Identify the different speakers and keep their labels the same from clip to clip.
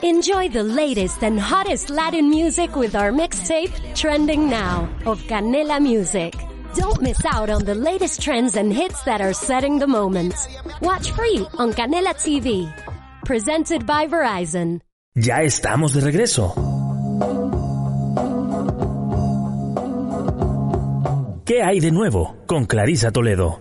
Speaker 1: Enjoy the latest and hottest Latin music with our mixtape, Trending Now, of Canela Music. Don't miss out on the latest trends and hits that are setting the moment. Watch free on Canela TV. Presented by Verizon.
Speaker 2: Ya estamos de regreso. ¿Qué hay de nuevo? Con Clarisa Toledo.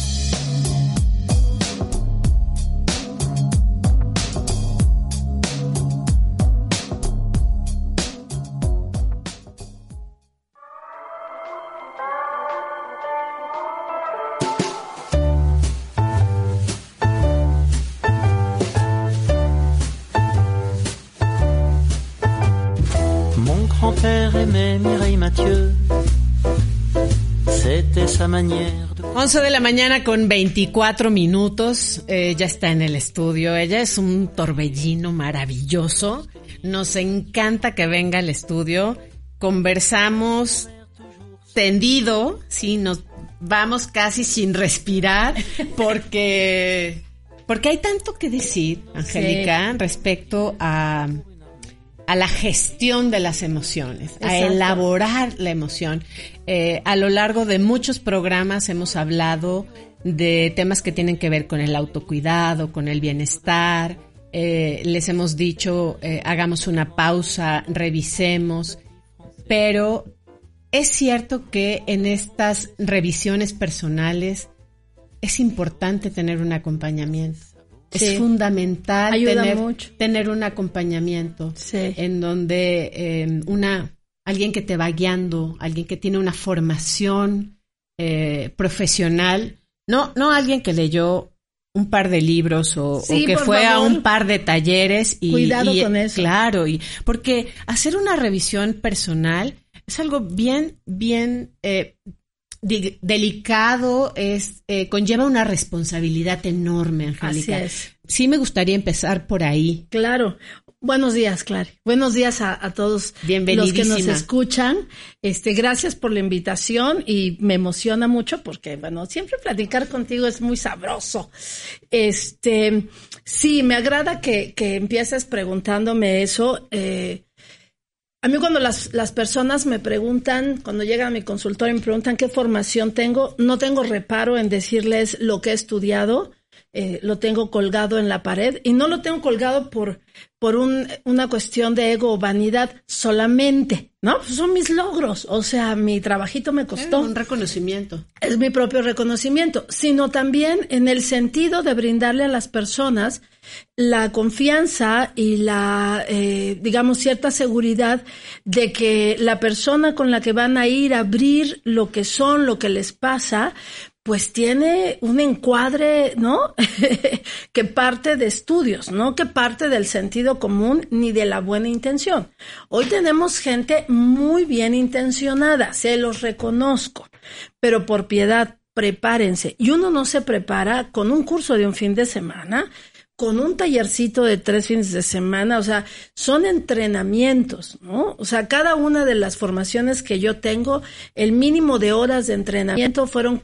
Speaker 3: Grand-père aimait Mireille Mathieu. C'était sa manière de...
Speaker 4: 11 de la mañana con 24 minutos. Ya está en el estudio. Ella es un torbellino maravilloso. Nos encanta que venga al estudio. Conversamos tendido, sí, nos vamos casi sin respirar porque hay tanto que decir, Angélica, sí, respecto a la gestión de las emociones, exacto, a elaborar la emoción. A lo largo de muchos programas hemos hablado de temas que tienen que ver con el autocuidado, con el bienestar. Les hemos dicho, hagamos una pausa, revisemos, pero es cierto que en estas revisiones personales es importante tener un acompañamiento. Sí. Es fundamental tener un acompañamiento, sí, en donde alguien que te va guiando, alguien que tiene una formación profesional, no alguien que leyó un par de libros o que fue favor, a un par de talleres y cuidado con eso. Claro, y porque hacer una revisión personal es algo bien delicado, conlleva una responsabilidad enorme, Angélica. Así es. Sí, me gustaría empezar por ahí.
Speaker 5: Claro. Buenos días, Clary. Buenos días a todos los que nos escuchan. Gracias por la invitación y me emociona mucho porque, bueno, siempre platicar contigo es muy sabroso. Sí, me agrada que empieces preguntándome eso. A mí cuando las personas me preguntan, cuando llegan a mi consultorio y me preguntan qué formación tengo, no tengo reparo en decirles lo que he estudiado, lo tengo colgado en la pared y no lo tengo colgado por una cuestión de ego o vanidad solamente, ¿no? Pues son mis logros, o sea, mi trabajito me costó.
Speaker 4: Un reconocimiento.
Speaker 5: Es mi propio reconocimiento, sino también en el sentido de brindarle a las personas la confianza y la, digamos, cierta seguridad de que la persona con la que van a ir a abrir lo que son, lo que les pasa, pues tiene un encuadre, ¿no? que parte de estudios, no que parte del sentido común ni de la buena intención. Hoy tenemos gente muy bien intencionada, se los reconozco, pero por piedad, prepárense. Y uno no se prepara con un curso de un fin de semana, con un tallercito de 3 fines de semana, o sea, son entrenamientos, ¿no? O sea, cada una de las formaciones que yo tengo, el mínimo de horas de entrenamiento fueron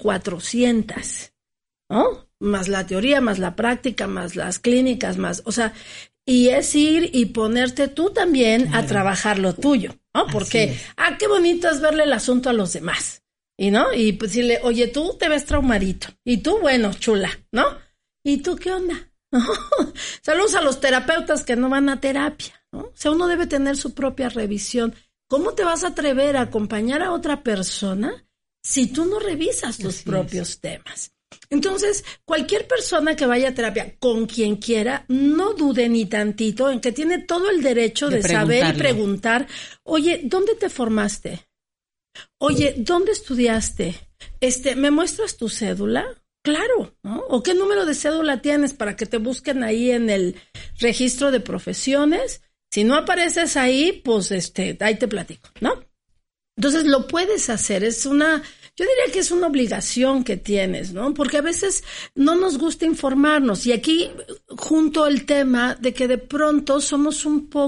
Speaker 5: 400, ¿no? Más la teoría, más la práctica, más las clínicas, más, o sea, y es ir y ponerte tú también a trabajar lo tuyo, ¿no? Porque, qué bonito es verle el asunto a los demás, ¿y no? Y pues decirle, oye, tú te ves traumadito, y tú, bueno, chula, ¿no? ¿Y tú qué onda? ¿No? Saludos a los terapeutas que no van a terapia, ¿no? O sea, uno debe tener su propia revisión. ¿Cómo te vas a atrever a acompañar a otra persona si tú no revisas tus propios temas? Entonces, cualquier persona que vaya a terapia, con quien quiera, no dude ni tantito en que tiene todo el derecho de saber y preguntar, oye, ¿dónde te formaste? Oye, ¿dónde estudiaste? ¿Me muestras tu cédula? Claro, ¿no? ¿O qué número de cédula tienes para que te busquen ahí en el registro de profesiones? Si no apareces ahí, pues ahí te platico, ¿no? Entonces lo puedes hacer, yo diría que es una obligación que tienes, ¿no? Porque a veces no nos gusta informarnos y aquí junto el tema de que de pronto somos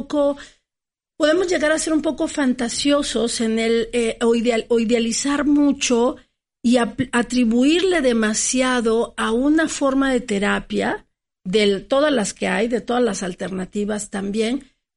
Speaker 5: podemos llegar a ser un poco fantasiosos en o idealizar mucho y atribuirle demasiado a una forma de terapia, de todas las que hay, de todas las alternativas también,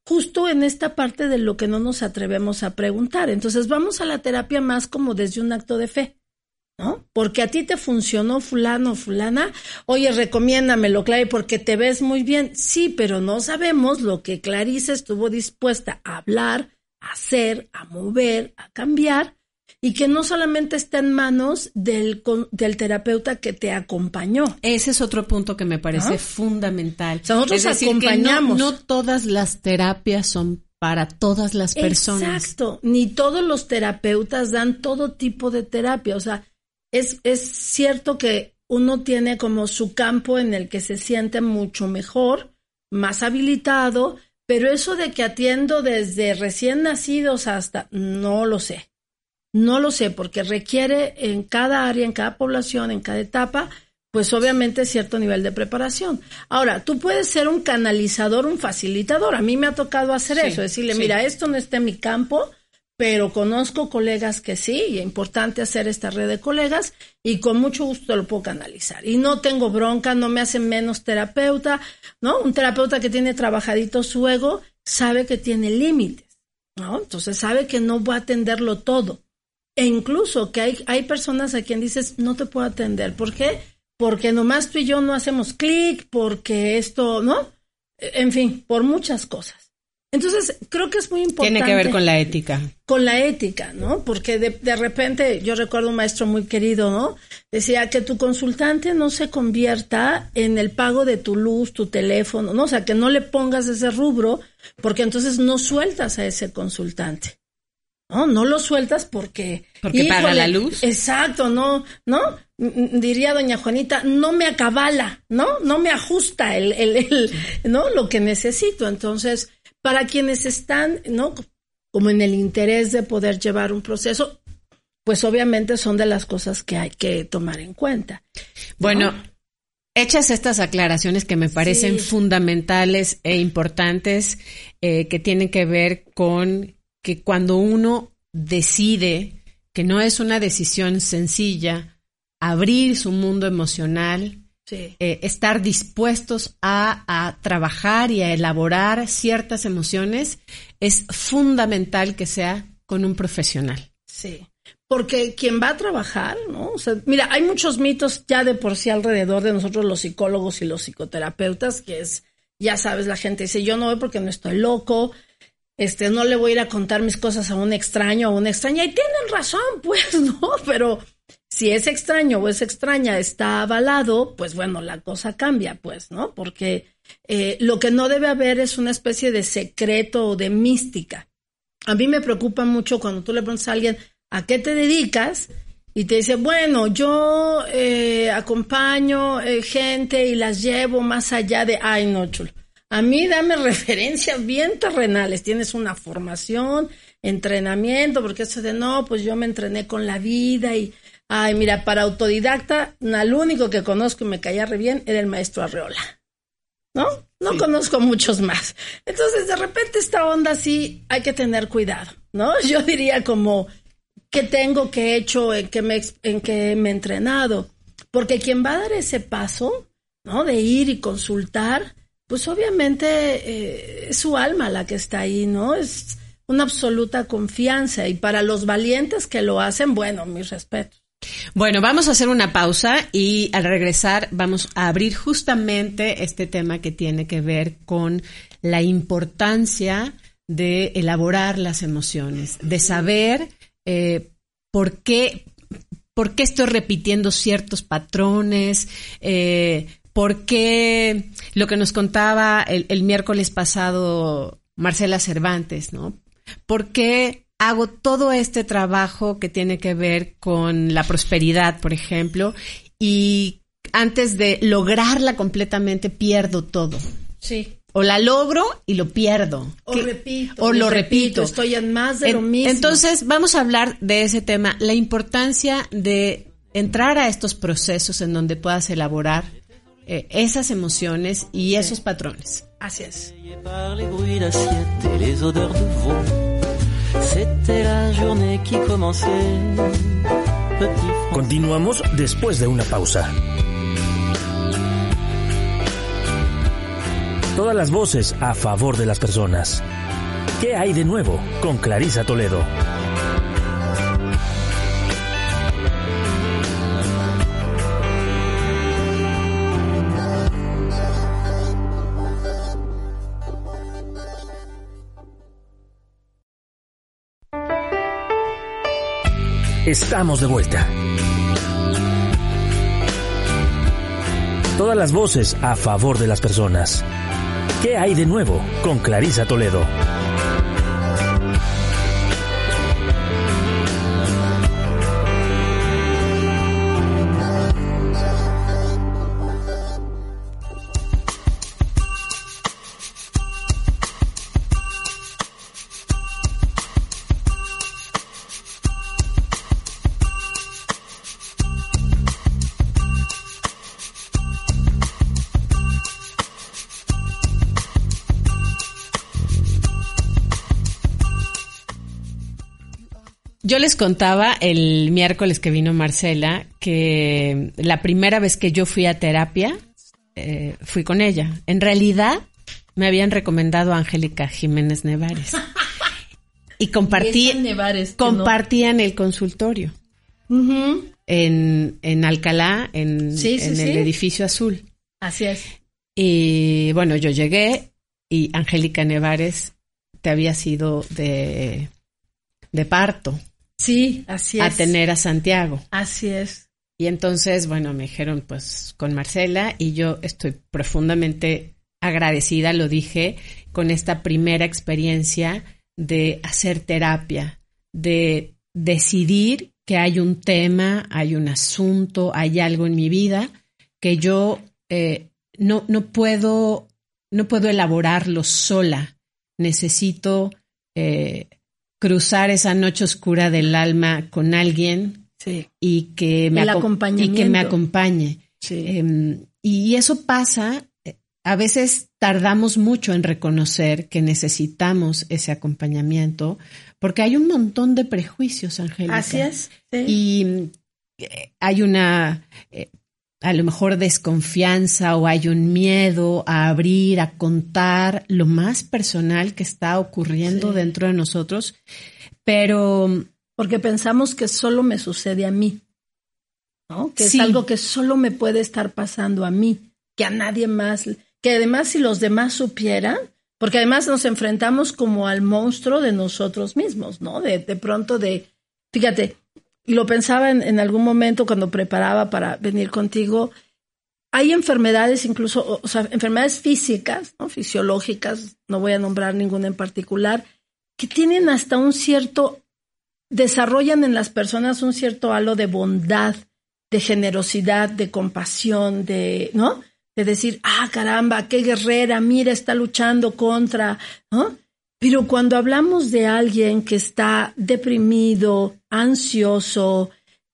Speaker 5: justo en esta parte de lo que no nos atrevemos a preguntar. Entonces vamos a la terapia más como desde un acto de fe, ¿no? Porque a ti te funcionó fulano o fulana, oye, recomiéndamelo, Clary, porque te ves muy bien. Sí, pero no sabemos lo que Clarice estuvo dispuesta a hablar, a hacer, a mover, a cambiar, y que no solamente está en manos del terapeuta que te acompañó.
Speaker 4: Ese es otro punto que me parece fundamental.
Speaker 5: O sea, nosotros
Speaker 4: es decir,
Speaker 5: acompañamos.
Speaker 4: Que no todas las terapias son para todas las personas.
Speaker 5: Exacto, ni todos los terapeutas dan todo tipo de terapia. O sea, es cierto que uno tiene como su campo en el que se siente mucho mejor, más habilitado, pero eso de que atiendo desde recién nacidos hasta, no lo sé. No lo sé, porque requiere en cada área, en cada población, en cada etapa, pues obviamente cierto nivel de preparación. Ahora, tú puedes ser un canalizador, un facilitador. A mí me ha tocado hacer eso, decirle, mira, esto no está en mi campo, pero conozco colegas que sí, y es importante hacer esta red de colegas, y con mucho gusto lo puedo canalizar. Y no tengo bronca, no me hace menos terapeuta, ¿no? Un terapeuta que tiene trabajadito su ego sabe que tiene límites, ¿no? Entonces sabe que no va a atenderlo todo. E incluso que hay personas a quien dices, no te puedo atender. ¿Por qué? Porque nomás tú y yo no hacemos clic, porque esto, ¿no? En fin, por muchas cosas. Entonces, creo que es muy importante.
Speaker 4: Tiene que ver con la ética.
Speaker 5: Con la ética, ¿no? Porque de repente, yo recuerdo un maestro muy querido, ¿no? Decía que tu consultante no se convierta en el pago de tu luz, tu teléfono, ¿no? O sea, que no le pongas ese rubro, porque entonces no sueltas a ese consultante. No lo sueltas porque
Speaker 4: paga la luz.
Speaker 5: Exacto, no, diría doña Juanita, no me acabala, no me ajusta no lo que necesito. Entonces, para quienes están, ¿no? Como en el interés de poder llevar un proceso, pues obviamente son de las cosas que hay que tomar en cuenta.
Speaker 4: Bueno, hechas estas aclaraciones que me parecen fundamentales e importantes, que tienen que ver con que cuando uno decide, que no es una decisión sencilla, abrir su mundo emocional, estar dispuestos a trabajar y a elaborar ciertas emociones, es fundamental que sea con un profesional.
Speaker 5: Sí, porque quien va a trabajar, ¿no? O sea, mira, hay muchos mitos ya de por sí alrededor de nosotros los psicólogos y los psicoterapeutas, que es, ya sabes, la gente dice, yo no voy porque no estoy loco, no le voy a ir a contar mis cosas a un extraño o a una extraña, y tienen razón, pues, ¿no? Pero si ese extraño o esa extraña está avalado, pues bueno, la cosa cambia, pues, ¿no? Porque lo que no debe haber es una especie de secreto o de mística. A mí me preocupa mucho cuando tú le preguntas a alguien, ¿a qué te dedicas? Y te dice, bueno, yo acompaño gente y las llevo más allá de, ay, no, chulo. A mí dame referencias bien terrenales. Tienes una formación, entrenamiento, porque eso de no, pues yo me entrené con la vida y, ay, mira, para autodidacta, al único que conozco y me caía re bien era el maestro Arreola, ¿no? No conozco muchos más. Entonces, de repente esta onda sí hay que tener cuidado, ¿no? Yo diría como, ¿qué tengo, qué he hecho, en qué me he entrenado? Porque quien va a dar ese paso, ¿no? De ir y consultar, pues obviamente es su alma la que está ahí, ¿no? Es una absoluta confianza, y para los valientes que lo hacen, bueno, mis respetos.
Speaker 4: Bueno, vamos a hacer una pausa y al regresar vamos a abrir justamente este tema que tiene que ver con la importancia de elaborar las emociones, de saber por qué estoy repitiendo ciertos patrones, por qué lo que nos contaba el miércoles pasado Marcela Cervantes, ¿no? ¿Por qué hago todo este trabajo que tiene que ver con la prosperidad, por ejemplo, y antes de lograrla completamente pierdo todo?
Speaker 5: Sí.
Speaker 4: O la logro y lo pierdo.
Speaker 5: O
Speaker 4: lo repito.
Speaker 5: Estoy en más de lo mismo.
Speaker 4: Entonces, vamos a hablar de ese tema, la importancia de entrar a estos procesos en donde puedas elaborar esas emociones y esos patrones.
Speaker 5: Así es.
Speaker 2: Continuamos después de una pausa. Todas las voces a favor de las personas. ¿Qué hay de nuevo? Con Clarisa Toledo. Estamos de vuelta. Todas las voces a favor de las personas. ¿Qué hay de nuevo? Con Clarisa Toledo.
Speaker 4: Yo les contaba el miércoles que vino Marcela que la primera vez que yo fui a terapia, fui con ella. En realidad, me habían recomendado a Angélica Jiménez Nevares. Y compartían el consultorio. Uh-huh. En Alcalá, en el edificio azul.
Speaker 5: Así es.
Speaker 4: Y bueno, yo llegué y Angélica Nevares te había sido de parto.
Speaker 5: Sí, así es.
Speaker 4: A tener a Santiago.
Speaker 5: Así es.
Speaker 4: Y entonces, bueno, me dijeron pues con Marcela y yo estoy profundamente agradecida, lo dije, con esta primera experiencia de hacer terapia, de decidir que hay un tema, hay un asunto, hay algo en mi vida que yo no puedo elaborarlo sola. Necesito cruzar esa noche oscura del alma con alguien y que me acompañe. Sí. Y eso pasa, a veces tardamos mucho en reconocer que necesitamos ese acompañamiento porque hay un montón de prejuicios, Angélica.
Speaker 5: Así es. Sí.
Speaker 4: Y hay una, a lo mejor desconfianza o hay un miedo a abrir, a contar lo más personal que está ocurriendo dentro de nosotros, pero...
Speaker 5: Porque pensamos que solo me sucede a mí, ¿no? Que es algo que solo me puede estar pasando a mí, que a nadie más, que además si los demás supieran, porque además nos enfrentamos como al monstruo de nosotros mismos, ¿no? De pronto fíjate, y lo pensaba en algún momento cuando preparaba para venir contigo, hay enfermedades incluso, o sea, enfermedades físicas, ¿no? Fisiológicas, no voy a nombrar ninguna en particular, que tienen hasta desarrollan en las personas un cierto halo de bondad, de generosidad, de compasión, ¿no? De decir, caramba, qué guerrera, mira, está luchando contra, ¿no? Pero cuando hablamos de alguien que está deprimido, ansioso,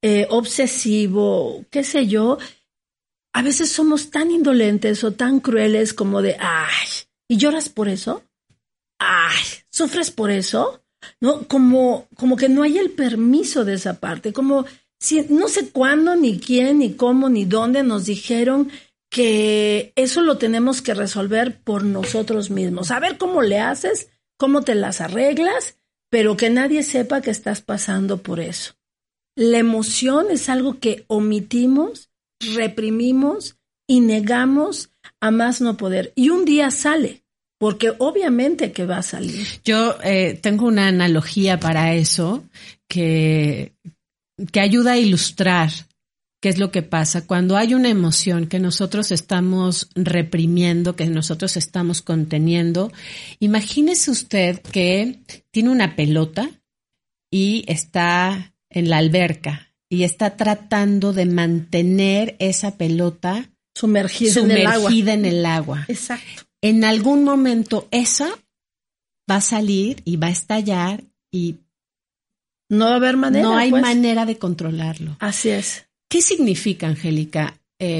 Speaker 5: obsesivo, qué sé yo, a veces somos tan indolentes o tan crueles como de, ¿y lloras por eso? ¿Sufres por eso? ¿No? Como que no hay el permiso de esa parte, como si no sé cuándo, ni quién, ni cómo, ni dónde nos dijeron que eso lo tenemos que resolver por nosotros mismos. A ver cómo le haces, cómo te las arreglas, pero que nadie sepa que estás pasando por eso. La emoción es algo que omitimos, reprimimos y negamos a más no poder. Y un día sale, porque obviamente que va a salir.
Speaker 4: Yo tengo una analogía para eso que ayuda a ilustrar qué es lo que pasa cuando hay una emoción que nosotros estamos reprimiendo, que nosotros estamos conteniendo. Imagínese usted que tiene una pelota y está en la alberca y está tratando de mantener esa pelota sumergida en el agua.
Speaker 5: Exacto.
Speaker 4: En algún momento esa va a salir y va a estallar y
Speaker 5: no va a haber manera.
Speaker 4: No hay manera de controlarlo.
Speaker 5: Así es.
Speaker 4: ¿Qué significa, Angélica,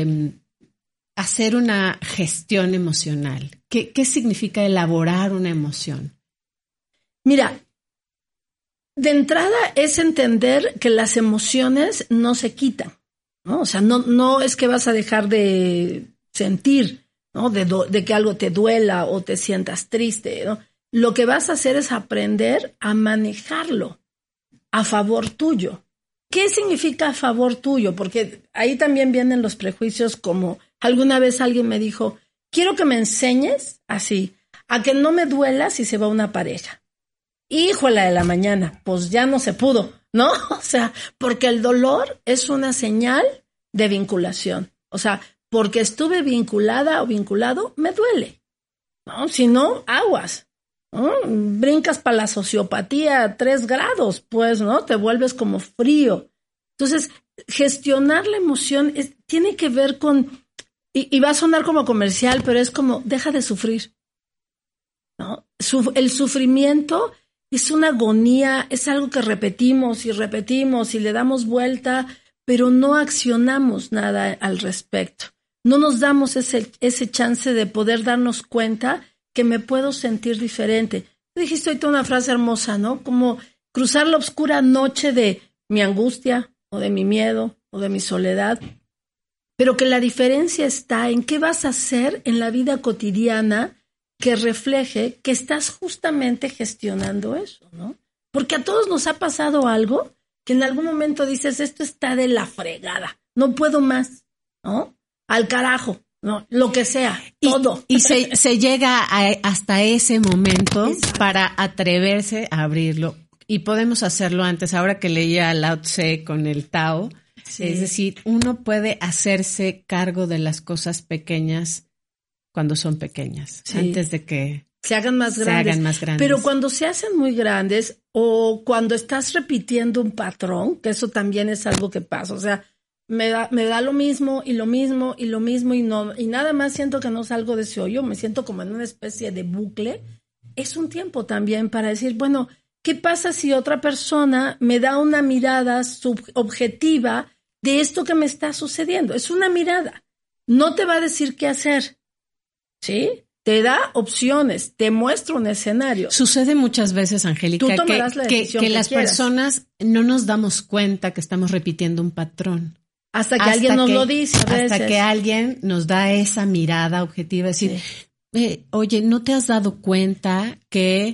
Speaker 4: hacer una gestión emocional? ¿Qué significa elaborar una emoción?
Speaker 5: Mira, de entrada es entender que las emociones no se quitan, ¿no? O sea, no es que vas a dejar de sentir, ¿no? De que algo te duela o te sientas triste, ¿no? Lo que vas a hacer es aprender a manejarlo a favor tuyo. ¿Qué significa a favor tuyo? Porque ahí también vienen los prejuicios, como alguna vez alguien me dijo, quiero que me enseñes así, a que no me duela si se va una pareja. Híjole de la mañana, pues ya no se pudo, ¿no? O sea, porque el dolor es una señal de vinculación. O sea, porque estuve vinculada o vinculado, me duele, ¿no? Si no, aguas, ¿no? Brincas para la sociopatía a 3 grados, pues, ¿no? Te vuelves como frío. Entonces, gestionar la emoción tiene que ver con, y va a sonar como comercial, pero es como, deja de sufrir, ¿no? El sufrimiento es una agonía, es algo que repetimos y le damos vuelta, pero no accionamos nada al respecto. No nos damos ese chance de poder darnos cuenta que me puedo sentir diferente. Dijiste ahorita una frase hermosa, ¿no? Como cruzar la oscura noche de mi angustia o de mi miedo o de mi soledad, pero que la diferencia está en qué vas a hacer en la vida cotidiana que refleje que estás justamente gestionando eso, ¿no? Porque a todos nos ha pasado algo que en algún momento dices, esto está de la fregada, no puedo más, ¿no? Al carajo, ¿no? Lo que sea, todo.
Speaker 4: Y se llega hasta ese momento para atreverse a abrirlo. Y podemos hacerlo antes, ahora que leía a Lao Tse con el Tao. Sí. Es decir, uno puede hacerse cargo de las cosas pequeñas cuando son pequeñas, antes de que
Speaker 5: se hagan más grandes. Pero cuando se hacen muy grandes o cuando estás repitiendo un patrón, que eso también es algo que pasa, o sea, me da lo mismo y lo mismo y lo mismo y nada más siento que no salgo de ese hoyo, me siento como en una especie de bucle. Es un tiempo también para decir, bueno, ¿qué pasa si otra persona me da una mirada subjetiva de esto que me está sucediendo? Es una mirada, no te va a decir qué hacer, ¿sí? Te da opciones, te muestra un escenario.
Speaker 4: Sucede muchas veces, Angélica, que las personas no nos damos cuenta que estamos repitiendo un patrón.
Speaker 5: Hasta que alguien nos lo dice a veces.
Speaker 4: Hasta que alguien nos da esa mirada objetiva, decir, oye, ¿no te has dado cuenta que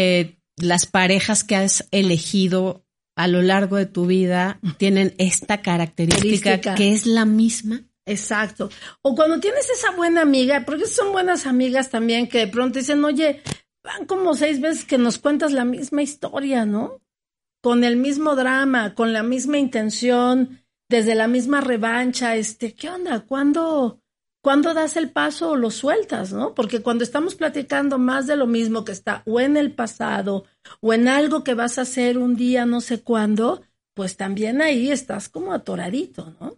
Speaker 4: las parejas que has elegido a lo largo de tu vida tienen esta característica que es la misma?
Speaker 5: Exacto. O cuando tienes esa buena amiga, porque son buenas amigas también, que de pronto dicen, oye, van como 6 veces que nos cuentas la misma historia, ¿no? Con el mismo drama, con la misma intención, desde la misma revancha, ¿qué onda? ¿Cuándo das el paso o lo sueltas, no? Porque cuando estamos platicando más de lo mismo que está o en el pasado o en algo que vas a hacer un día no sé cuándo, pues también ahí estás como atoradito, ¿no?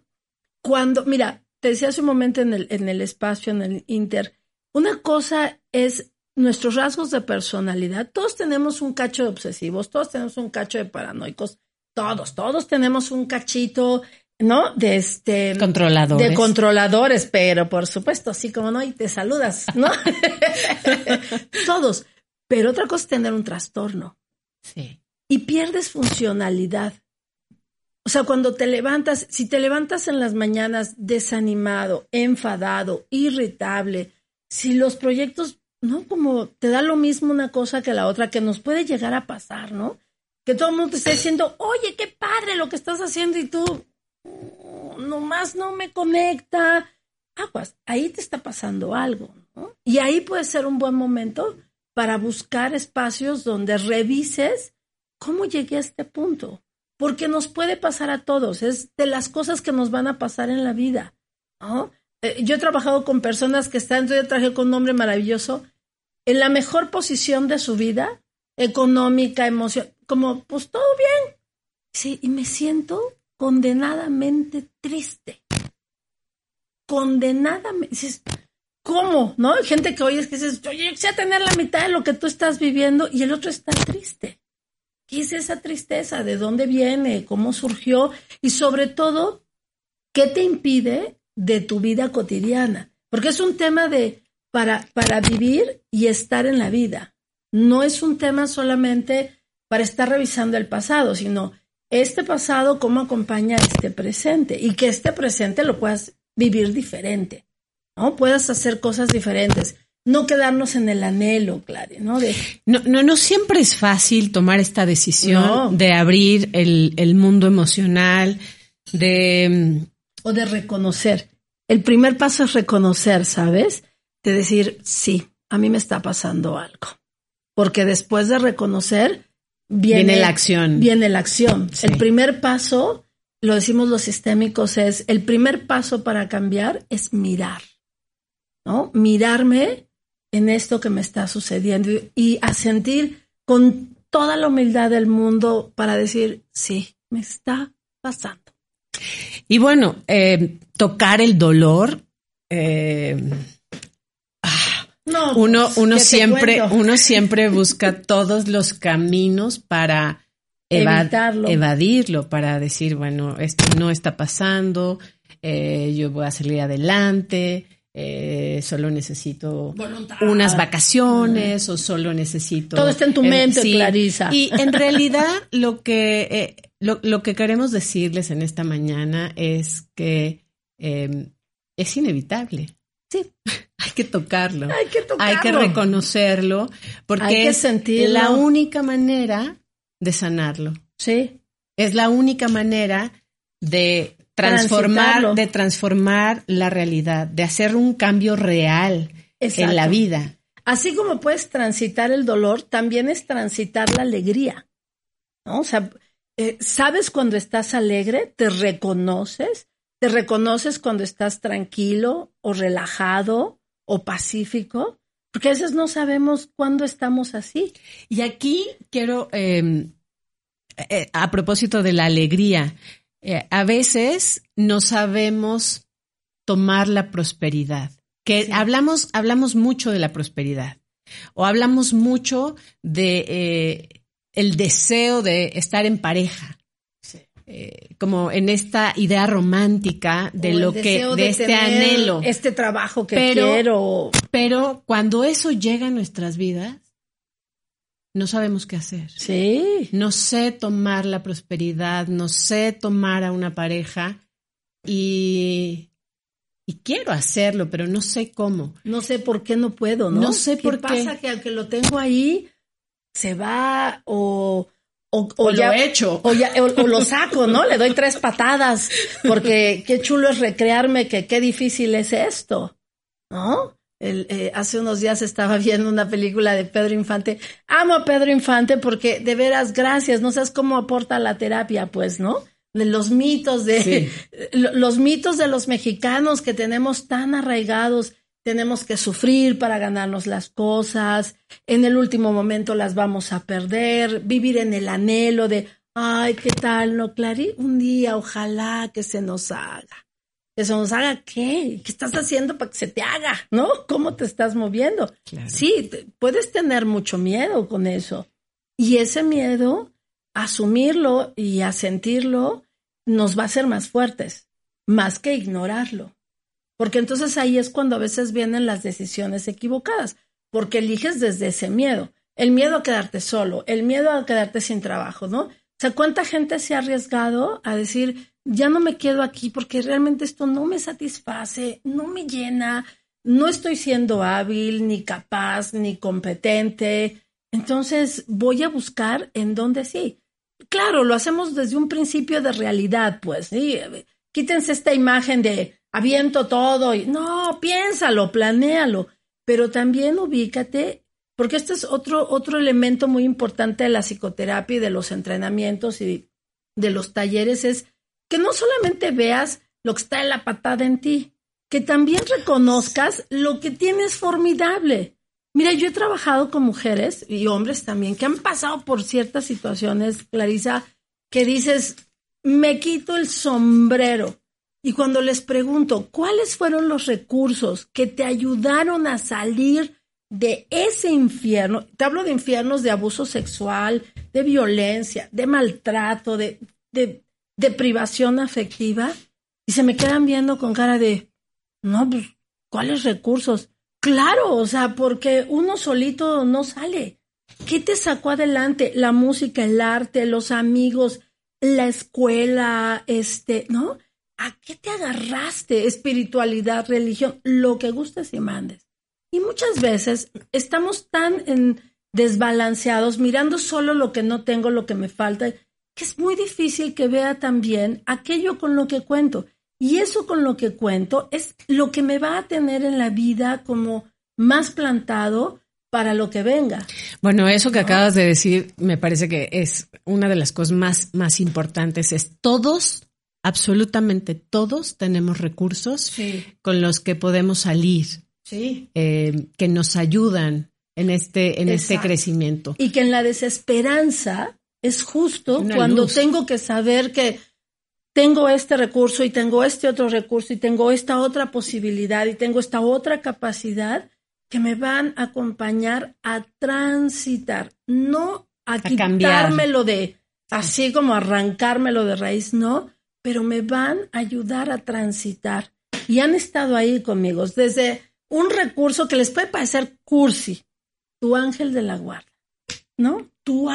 Speaker 5: Mira, te decía hace un momento en el espacio, en el Inter, una cosa es nuestros rasgos de personalidad. Todos tenemos un cacho de obsesivos, todos tenemos un cacho de paranoicos, todos tenemos un cachito, ¿no? De
Speaker 4: controladores.
Speaker 5: De controladores, pero por supuesto, así como no, y te saludas, ¿no? Todos. Pero otra cosa es tener un trastorno.
Speaker 4: Sí.
Speaker 5: Y pierdes funcionalidad. O sea, cuando te levantas, si te levantas en las mañanas desanimado, enfadado, irritable, si los proyectos, ¿no? Como te da lo mismo una cosa que la otra, que nos puede llegar a pasar, ¿no? Que todo el mundo te está diciendo, oye, qué padre lo que estás haciendo y tú, nomás no me conecta. Aguas, ahí te está pasando algo, ¿no? Y ahí puede ser un buen momento para buscar espacios donde revises cómo llegué a este punto. Porque nos puede pasar a todos, es de las cosas que nos van a pasar en la vida, ¿no? Yo he trabajado con personas que yo trabajé con un hombre maravilloso, en la mejor posición de su vida, económica, emocional, como pues todo bien. Sí, y me siento condenadamente triste. Dices, ¿cómo? ¿No? Hay gente que oyes que dices, oye, yo quisiera tener la mitad de lo que tú estás viviendo y el otro está triste. ¿Qué es esa tristeza? ¿De dónde viene? ¿Cómo surgió? Y sobre todo, ¿qué te impide de tu vida cotidiana? Porque es un tema para vivir y estar en la vida. No es un tema solamente para estar revisando el pasado, sino este pasado, cómo acompaña este presente y que este presente lo puedas vivir diferente. ¿no? Puedas hacer cosas diferentes. No quedarnos en el anhelo, Clary, ¿no?
Speaker 4: No siempre es fácil tomar esta decisión de abrir el mundo emocional,
Speaker 5: o de reconocer. El primer paso es reconocer, ¿sabes? De decir, sí, a mí me está pasando algo. Porque después de reconocer, viene la acción. Viene la acción. Sí. El primer paso, lo decimos los sistémicos, el primer paso para cambiar es mirar, ¿no? Mirarme en esto que me está sucediendo y a sentir con toda la humildad del mundo para decir, sí, me está pasando.
Speaker 4: Y bueno, tocar el dolor, uno siempre busca todos los caminos para evadirlo, para decir, bueno, esto no está pasando, yo voy a salir adelante, solo necesito unas vacaciones o solo necesito...
Speaker 5: Todo está en tu mente, sí. Clarisa.
Speaker 4: Y en realidad lo que queremos decirles en esta mañana es que es inevitable.
Speaker 5: Sí.
Speaker 4: Hay que tocarlo. Hay que reconocerlo, porque es la única manera de sanarlo.
Speaker 5: Sí.
Speaker 4: Es la única manera de transformar la realidad, de hacer un cambio real en la vida.
Speaker 5: Así como puedes transitar el dolor, también es transitar la alegría, ¿no? O sea, ¿sabes cuando estás alegre? ¿Te reconoces? ¿Te reconoces cuando estás tranquilo o relajado o pacífico? Porque a veces no sabemos cuándo estamos así.
Speaker 4: Y aquí quiero, a propósito de la alegría, a veces no sabemos tomar la prosperidad. Que sí. Hablamos mucho de la prosperidad o hablamos mucho de el deseo de estar en pareja. Como en esta idea romántica de este anhelo.
Speaker 5: Este trabajo que quiero.
Speaker 4: Pero cuando eso llega a nuestras vidas, no sabemos qué hacer.
Speaker 5: Sí.
Speaker 4: No sé tomar la prosperidad, no sé tomar a una pareja y quiero hacerlo, pero no sé cómo.
Speaker 5: No sé por qué no puedo, ¿no?
Speaker 4: No sé por qué.
Speaker 5: ¿Qué pasa? Que aunque lo tengo ahí, se va o
Speaker 4: ya, lo echo.
Speaker 5: O lo saco, ¿no? Le doy 3 patadas, porque qué chulo es recrearme, que qué difícil es esto, ¿no? Hace unos días estaba viendo una película de Pedro Infante. Amo a Pedro Infante porque, de veras, gracias. No sabes cómo aporta la terapia, pues, ¿no? De los mitos los mitos de los mexicanos que tenemos tan arraigados. Tenemos que sufrir para ganarnos las cosas, en el último momento las vamos a perder, vivir en el anhelo de, ay, ¿qué tal, no, Clary? Un día, ojalá que se nos haga. ¿Que se nos haga qué? ¿Qué estás haciendo para que se te haga? ¿No? ¿Cómo te estás moviendo? Claro. Sí, puedes tener mucho miedo con eso. Y ese miedo, asumirlo y a sentirlo, nos va a hacer más fuertes, más que ignorarlo. Porque entonces ahí es cuando a veces vienen las decisiones equivocadas, porque eliges desde ese miedo. El miedo a quedarte solo, el miedo a quedarte sin trabajo, ¿no? O sea, ¿cuánta gente se ha arriesgado a decir, ya no me quedo aquí porque realmente esto no me satisface, no me llena, no estoy siendo hábil, ni capaz, ni competente? Entonces voy a buscar en dónde sí. Claro, lo hacemos desde un principio de realidad, pues, ¿sí? Quítense esta imagen de aviento todo. No, piénsalo, planéalo, pero también ubícate, porque este es otro elemento muy importante de la psicoterapia y de los entrenamientos y de los talleres, es que no solamente veas lo que está en la patada en ti, que también reconozcas lo que tienes formidable. Mira, yo he trabajado con mujeres y hombres también que han pasado por ciertas situaciones, Clarisa, que dices, me quito el sombrero. Y cuando les pregunto, ¿cuáles fueron los recursos que te ayudaron a salir de ese infierno? Te hablo de infiernos de abuso sexual, de violencia, de maltrato, de privación afectiva. Y se me quedan viendo con cara de, no, pues, ¿cuáles recursos? Claro, o sea, porque uno solito no sale. ¿Qué te sacó adelante? La música, el arte, los amigos, la escuela, ¿no? ¿A qué te agarraste? Espiritualidad, religión, lo que gustes y mandes. Y muchas veces estamos tan desbalanceados, mirando solo lo que no tengo, lo que me falta, que es muy difícil que vea también aquello con lo que cuento. Y eso con lo que cuento es lo que me va a tener en la vida como más plantado para lo que venga.
Speaker 4: Bueno, eso que acabas de decir me parece que es una de las cosas más importantes. Es todos, absolutamente todos tenemos recursos con los que podemos salir, que nos ayudan en este crecimiento.
Speaker 5: Y que en la desesperanza es justo cuando tengo que saber que tengo este recurso y tengo este otro recurso y tengo esta otra posibilidad y tengo esta otra capacidad que me van a acompañar a transitar, no a quitármelo así como arrancármelo de raíz, no, pero me van a ayudar a transitar. Y han estado ahí conmigo, desde un recurso que les puede parecer cursi, tu ángel de la guarda, ¿no? Tu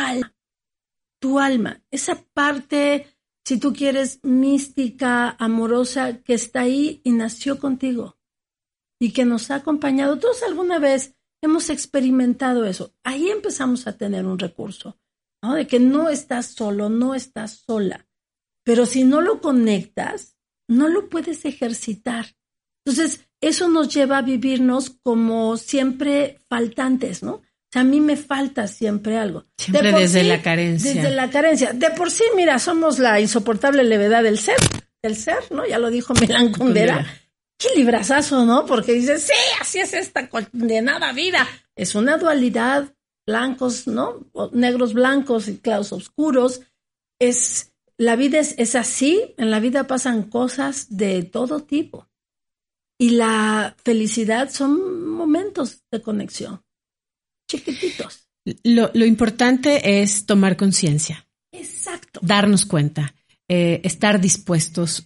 Speaker 5: alma, esa parte, si tú quieres, mística, amorosa, que está ahí y nació contigo y que nos ha acompañado. Todos alguna vez hemos experimentado eso. Ahí empezamos a tener un recurso, ¿no? De que no estás solo, no estás sola. Pero si no lo conectas, no lo puedes ejercitar. Entonces, eso nos lleva a vivirnos como siempre faltantes, ¿no? O sea, a mí me falta siempre algo.
Speaker 4: Siempre desde la carencia.
Speaker 5: Desde la carencia. De por sí, mira, somos la insoportable levedad del ser, ¿no? Ya lo dijo Milán Kundera. Qué librazazo, ¿no? Porque dice, sí, así es esta condenada vida. Es una dualidad, blancos, ¿no? Negros blancos y claros oscuros. La vida es así. En la vida pasan cosas de todo tipo. Y la felicidad son momentos de conexión. Chiquititos.
Speaker 4: Lo importante es tomar conciencia.
Speaker 5: Exacto.
Speaker 4: Darnos cuenta, estar dispuestos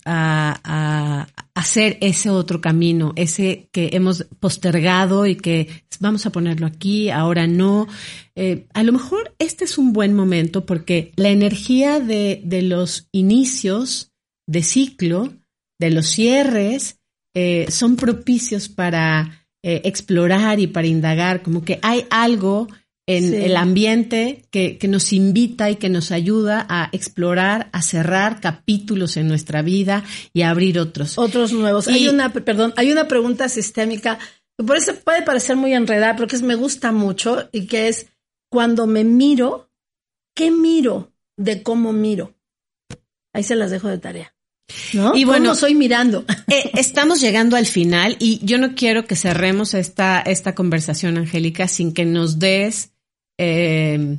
Speaker 4: a hacer ese otro camino, ese que hemos postergado y que vamos a ponerlo aquí, ahora no. A lo mejor este es un buen momento porque la energía de los inicios de ciclo, de los cierres, son propicios para explorar y para indagar, como que hay algo en el ambiente que nos invita y que nos ayuda a explorar, a cerrar capítulos en nuestra vida y a abrir otros nuevos.
Speaker 5: Hay una pregunta sistémica que por eso puede parecer muy enredada, pero que me gusta mucho y que es, cuando me miro, ¿qué miro de cómo miro? Ahí se las dejo de tarea. ¿No?
Speaker 4: Y bueno,
Speaker 5: ¿cómo soy mirando?
Speaker 4: Estamos llegando al final y yo no quiero que cerremos esta conversación, Angélica, sin que nos des de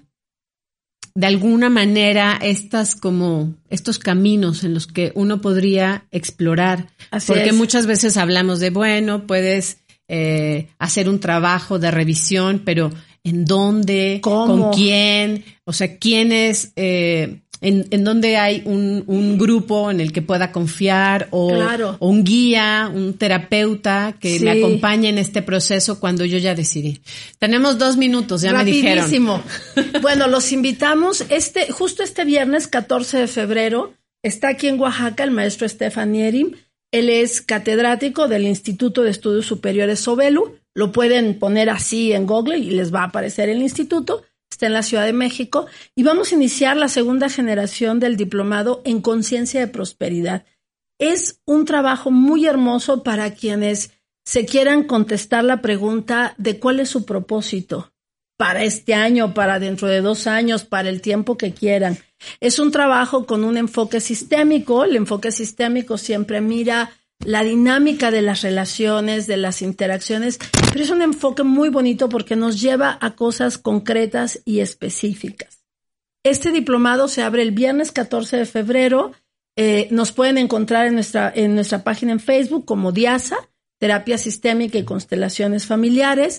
Speaker 4: alguna manera estos caminos en los que uno podría explorar. Porque muchas veces hablamos de, bueno, puedes hacer un trabajo de revisión, pero ¿en dónde?
Speaker 5: ¿Cómo?
Speaker 4: ¿Con quién? O sea, ¿quién es? En donde hay un grupo en el que pueda confiar o un guía, un terapeuta que me acompañe en este proceso cuando yo ya decidí. Tenemos 2 minutos, ya
Speaker 5: rapidísimo.
Speaker 4: Me dijeron.
Speaker 5: Bueno, los invitamos justo este viernes 14 de febrero. Está aquí en Oaxaca el maestro Estefan Nierim. Él es catedrático del Instituto de Estudios Superiores Sobelu. Lo pueden poner así en Google y les va a aparecer el instituto. Está en la Ciudad de México y vamos a iniciar la segunda generación del diplomado en conciencia de prosperidad. Es un trabajo muy hermoso para quienes se quieran contestar la pregunta de cuál es su propósito para este año, para dentro de 2 años, para el tiempo que quieran. Es un trabajo con un enfoque sistémico. El enfoque sistémico siempre mira la dinámica de las relaciones, de las interacciones, pero es un enfoque muy bonito porque nos lleva a cosas concretas y específicas. Este diplomado se abre el viernes 14 de febrero. Nos pueden encontrar en nuestra página en Facebook como DIASA, Terapia Sistémica y Constelaciones Familiares,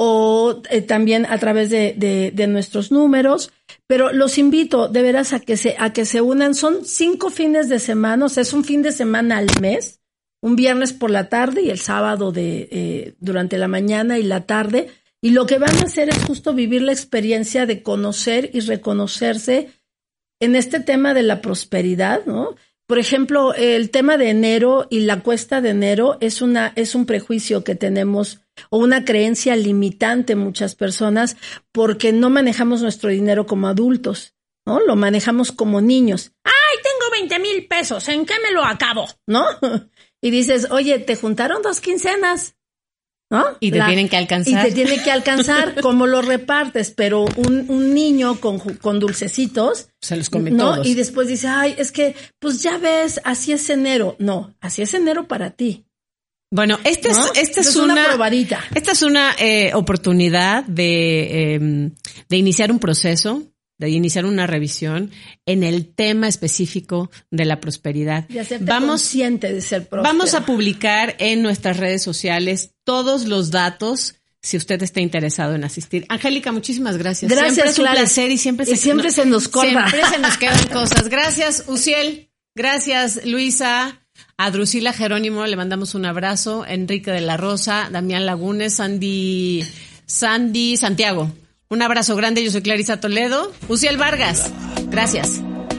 Speaker 5: o también a través de nuestros números. Pero los invito de veras a que se unan. Son 5 fines de semana, o sea, es un fin de semana al mes. Un viernes por la tarde y el sábado durante la mañana y la tarde. Y lo que van a hacer es justo vivir la experiencia de conocer y reconocerse en este tema de la prosperidad, ¿no? Por ejemplo, el tema de enero y la cuesta de enero es un prejuicio que tenemos o una creencia limitante en muchas personas porque no manejamos nuestro dinero como adultos, ¿no? Lo manejamos como niños. ¡Ay, tengo 20,000 pesos! ¿En qué me lo acabo? ¿No? Y dices, oye, te juntaron 2 quincenas, ¿no?
Speaker 4: Y te tienen que alcanzar.
Speaker 5: Y te tiene que alcanzar. ¿Cómo lo repartes? Pero un niño con dulcecitos
Speaker 4: se los come
Speaker 5: ¿no?
Speaker 4: todos.
Speaker 5: Y después dice, ay, es que, pues ya ves, así es enero. No, así es enero para ti.
Speaker 4: Bueno, esta es
Speaker 5: una probadita.
Speaker 4: Esta es una oportunidad de iniciar un proceso, de iniciar una revisión en el tema específico de la prosperidad.
Speaker 5: Y hacerte consciente de ser próspero.
Speaker 4: Vamos a publicar en nuestras redes sociales todos los datos si usted está interesado en asistir. Angélica, muchísimas gracias.
Speaker 5: Gracias,
Speaker 4: siempre es un
Speaker 5: Gladys.
Speaker 4: placer y siempre
Speaker 5: se nos corta.
Speaker 4: Siempre se nos quedan cosas. Gracias, Uciel. Gracias, Luisa. A Drusila Jerónimo le mandamos un abrazo. Enrique de la Rosa, Damián Lagunes, Sandy Santiago. Un abrazo grande. Yo soy Clarisa Toledo. Uciel Vargas. Gracias.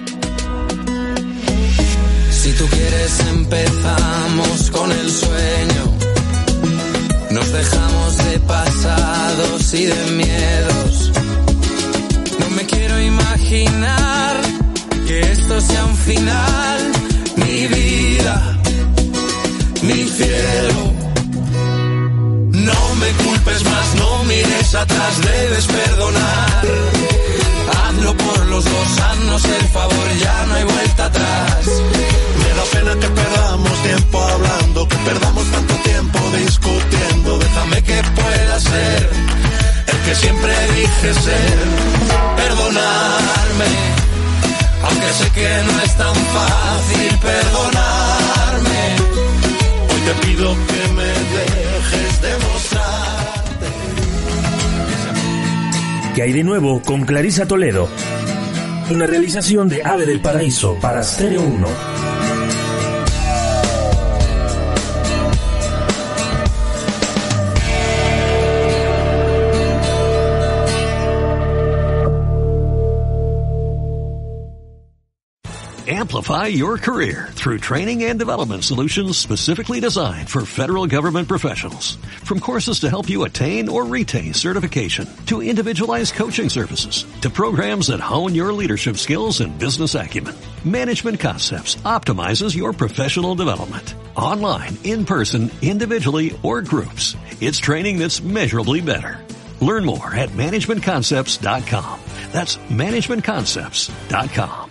Speaker 6: Si tú quieres empezamos con el sueño. Nos dejamos de pasados y de miedos. No me quiero imaginar que esto sea un final. Mi vida, mi cielo. No me culpes más, no mires atrás, debes perdonar. Hazlo por los dos, haznos el favor, ya no hay vuelta atrás.
Speaker 7: Me da pena que perdamos tiempo hablando, que perdamos tanto tiempo discutiendo. Déjame que pueda ser el que siempre dije ser. Perdonarme, aunque sé que no es tan fácil perdonarme. Hoy te pido que me dejes demostrarte.
Speaker 2: ¿Qué hay de nuevo con Clarisa Toledo? Una realización de Ave del Paraíso para Stereo 1.
Speaker 8: Amplify your career through training and development solutions specifically designed for federal government professionals. From courses to help you attain or retain certification, to individualized coaching services, to programs that hone your leadership skills and business acumen, Management Concepts optimizes your professional development. Online, in person, individually, or groups, it's training that's measurably better. Learn more at managementconcepts.com. That's managementconcepts.com.